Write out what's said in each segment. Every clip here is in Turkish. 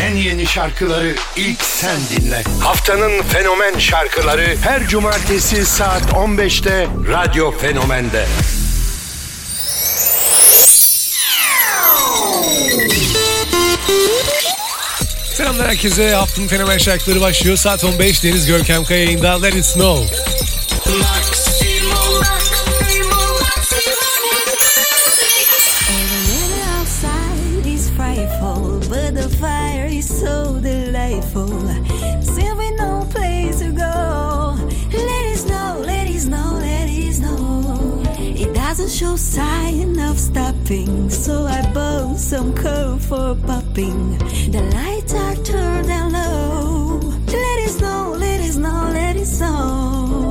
en yeni şarkıları ilk sen dinle. Haftanın fenomen şarkıları her cumartesi saat 15'te Radyo Fenomen'de. Selamlar herkese. Haftanın fenomen şarkıları başlıyor. Saat 15. Deniz Görkem Kaya yayında. Let It Snow. So delightful, still with no place to go. Let it snow, let it snow, let it snow. It doesn't show sign of stopping, so I bought some coal for popping. The lights are turned down low. Let it snow, let it snow, let it snow.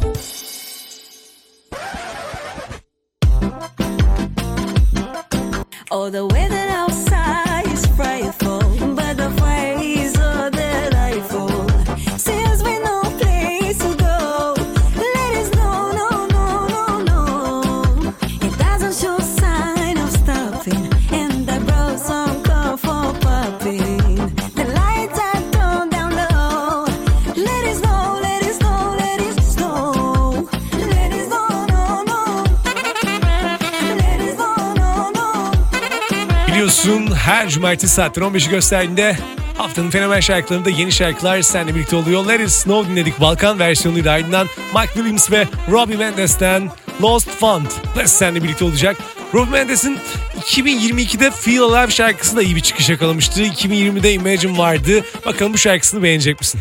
Oh, the weather outside is frightful, but the fire is so delightful. Since we no place to go, let it snow, no, no, no, no. It doesn't show sign of stopping, and I brought some corn for popping. The lights are turned down low. Let it snow, let it snow, let it snow. Let it snow, no, no. Let it snow, no, no. Biliyorsun her cumartesi saatler 15'i gösterdiğinde haftanın fenomen şarkılarında yeni şarkılar seninle birlikte oluyor. Let It Snow dinledik, Balkan versiyonuyla, ardından Mike Williams ve Robbie Mendes'ten Lost Fund seninle birlikte olacak. Robbie Mendes'in 2022'de Feel Alive şarkısı da iyi bir çıkış yakalamıştı. 2020'de Imagine vardı. Bakalım bu şarkısını beğenecek misin?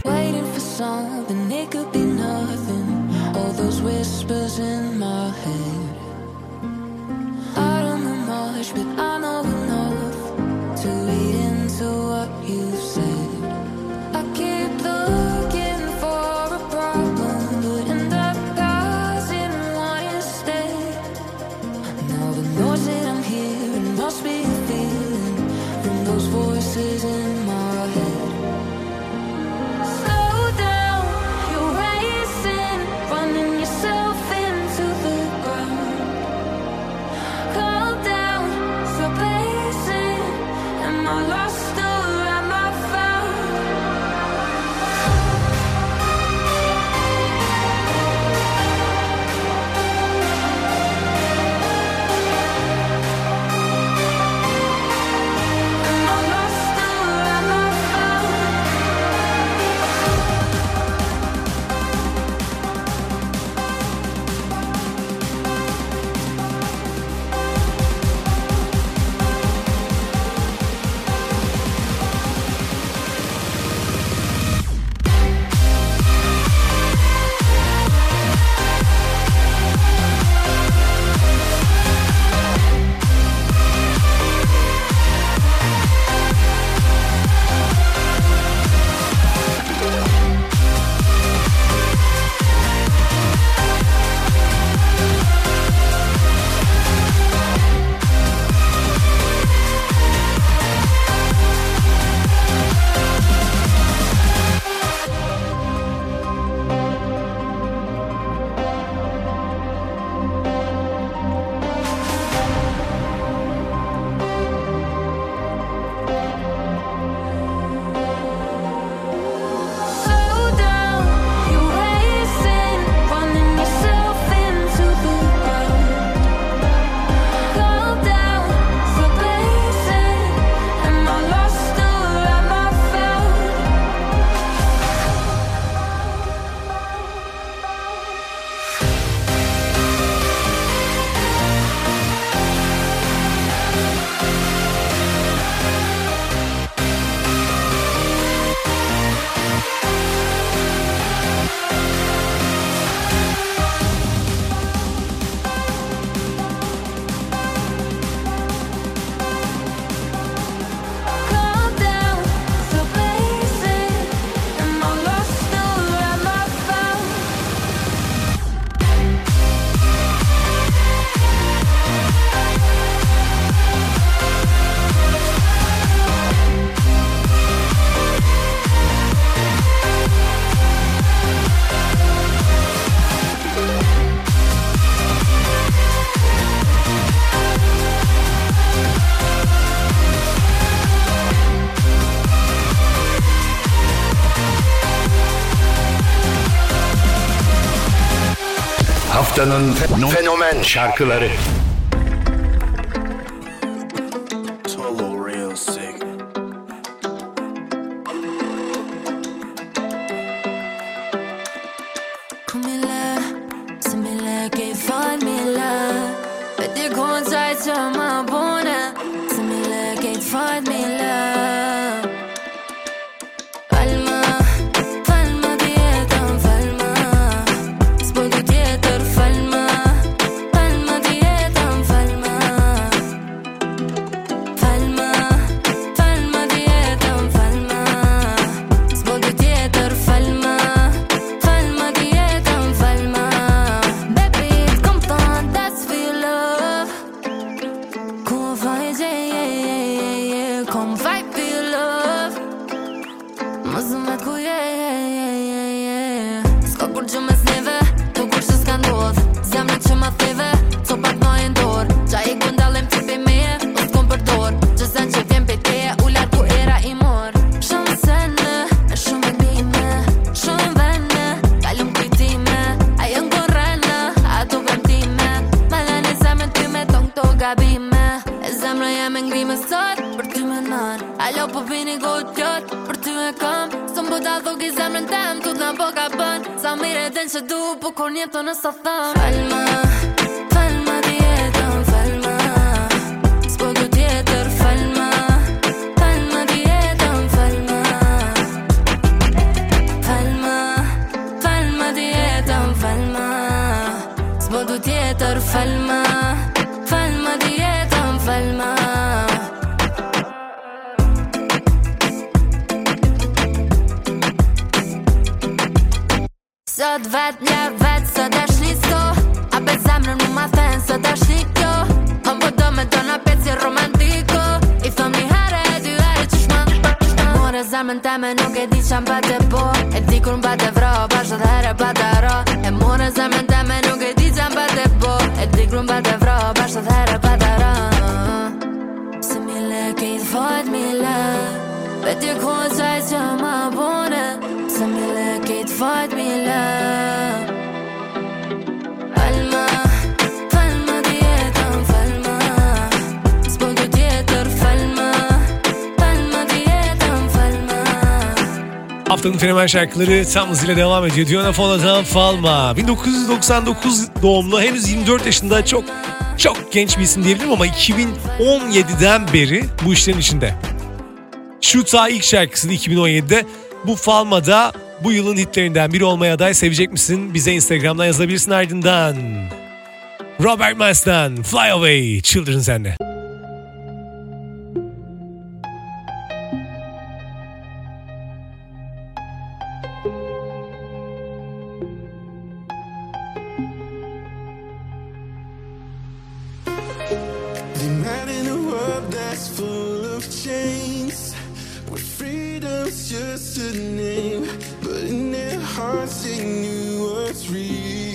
Haftanın fenomen şarkıları. Solo real sick. Come là, se me la che farmela. Vedi con sai siamo buona. Se me la che farmela. Falma, falma dietan falma. Spodo dietar falma. Falma dietan falma. Falma, falma dietan falma. Spodo dietar falma. Falma dietan falma. Baby, kom dan, that's for your love. Kom fight, yeah. Kom fight for your love. Mazumet ku, yeah. S'ka kur që mes neve, të kur që s'ka ndodh. Zemrën që ma theve, co pak ma e ndor. Qa i gundalem ti pe meje, o s'kom përdor. Që sen që vjen pe teje, u largu era i mor. Shumë sene, e shumë vendime. Shumë vene, kalum kujtime. Ajo ngorrene, ato vendime. Malane zemrën ty me ton këto gabime. E zemrën jam e ngrime sot, për ty me nën. Alo po vini gotë pjot, për ty me kam. Sëm buda dhuki zemrën tem, tut na po ka bën. Sa mire den që du, po kur njeto në sa thëm. Falma, falma dietan falma. S'po du tjetër falma. Falma dietan falma. Falma, falma dietan falma. S'po du tjetër falma. Falma dietan falma. Sot vet një vet, sot është një sto. A bet zemrën mu ma thënë, sot është një kjo. Hëm po do me do në pet si romantiko. I thëm një herë e dy herë që shma. More zemrën teme nuk e di që më bate po. E di kur më bate vro, bashkët herë bate ro. E more zemrën teme nuk e di që më bate po. E di kur më bate vro, bashkët herë bate ro. Se mi le kejt fort mi le. Veti ku qaj që ma bune. Se mi le kejt fort mi le. Falma, falma dietan falma. S'po du tjetër falma. Falma dietan falma. Haftanın fenomen şarkıları tam hızıyla devam ediyor. Diona Faula'dan Falma. 1999 doğumlu, henüz 24 yaşında, çok genç bir isim diyebilirim ama 2017'den beri bu işlerin içinde. Shoot'a ilk şarkısını 2017'de, bu Falma'da bu yılın hitlerinden biri olmaya aday. Sevecek misin? Bize Instagram'dan yazabilirsin. Ardından Robert Miles'tan Fly Away, Children sende. The man in a world that's full of chains, where freedom's just a name, but in their hearts they knew what's real.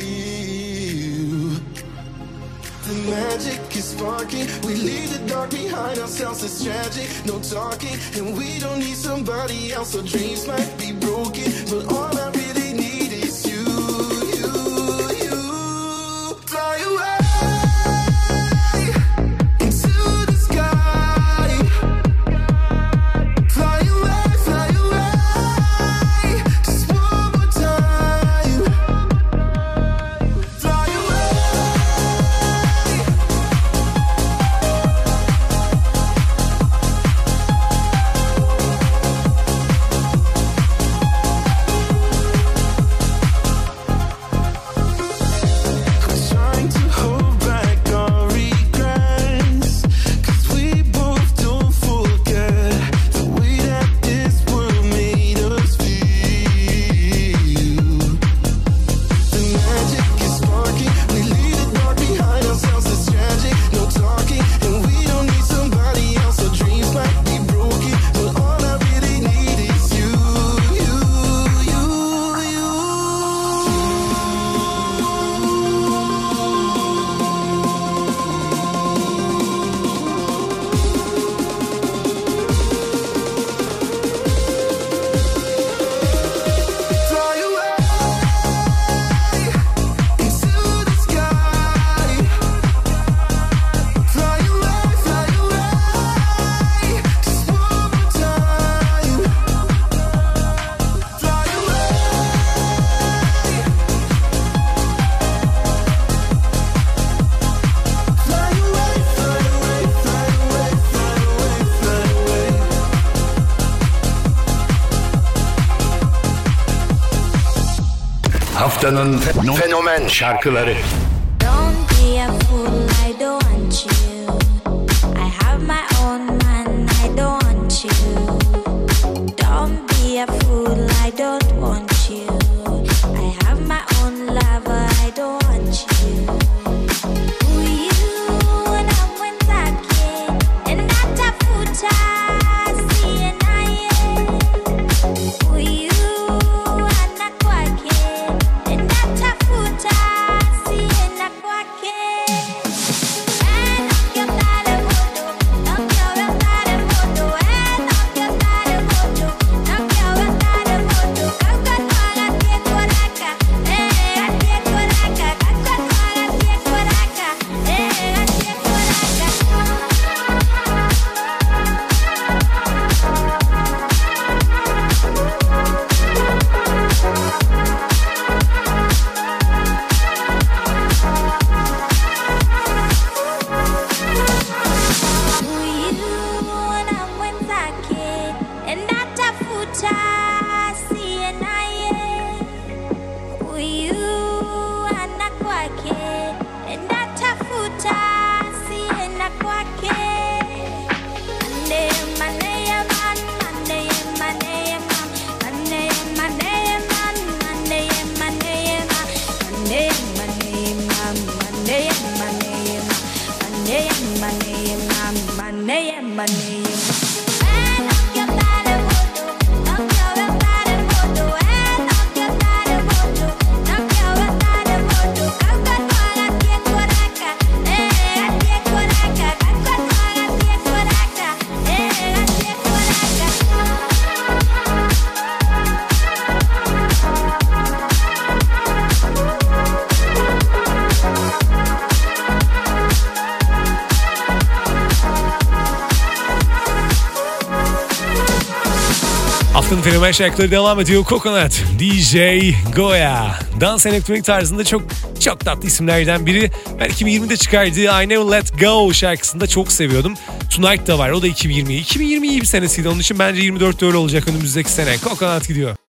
The magic is sparking, we leave the dark behind ourselves, it's tragic, no talking, and we don't need somebody else, our dreams might be broken, but all I really need is you. Fly away. Haftanın fenomen şarkıları. Don't be a fool, I don't want you. I have my own man, I don't want you. Don't be a fool, I don't want you. I have my own lover, I don't want you. Who you na mwenzake, natafuta sina yeye. Huyu ana kwake, natafuta sina kwake. Haftanın fenomen şarkıları devam ediyor. Coconut, DJ Goya. Dans elektronik tarzında çok tatlı isimlerden biri. Ben 2020'de çıkardığı I Never Let Go şarkısını da çok seviyordum. Tonight da var, o da 2020. 2020 iyi bir senesiydi, onun için bence 24 öyle olacak önümüzdeki sene. Coconut gidiyor.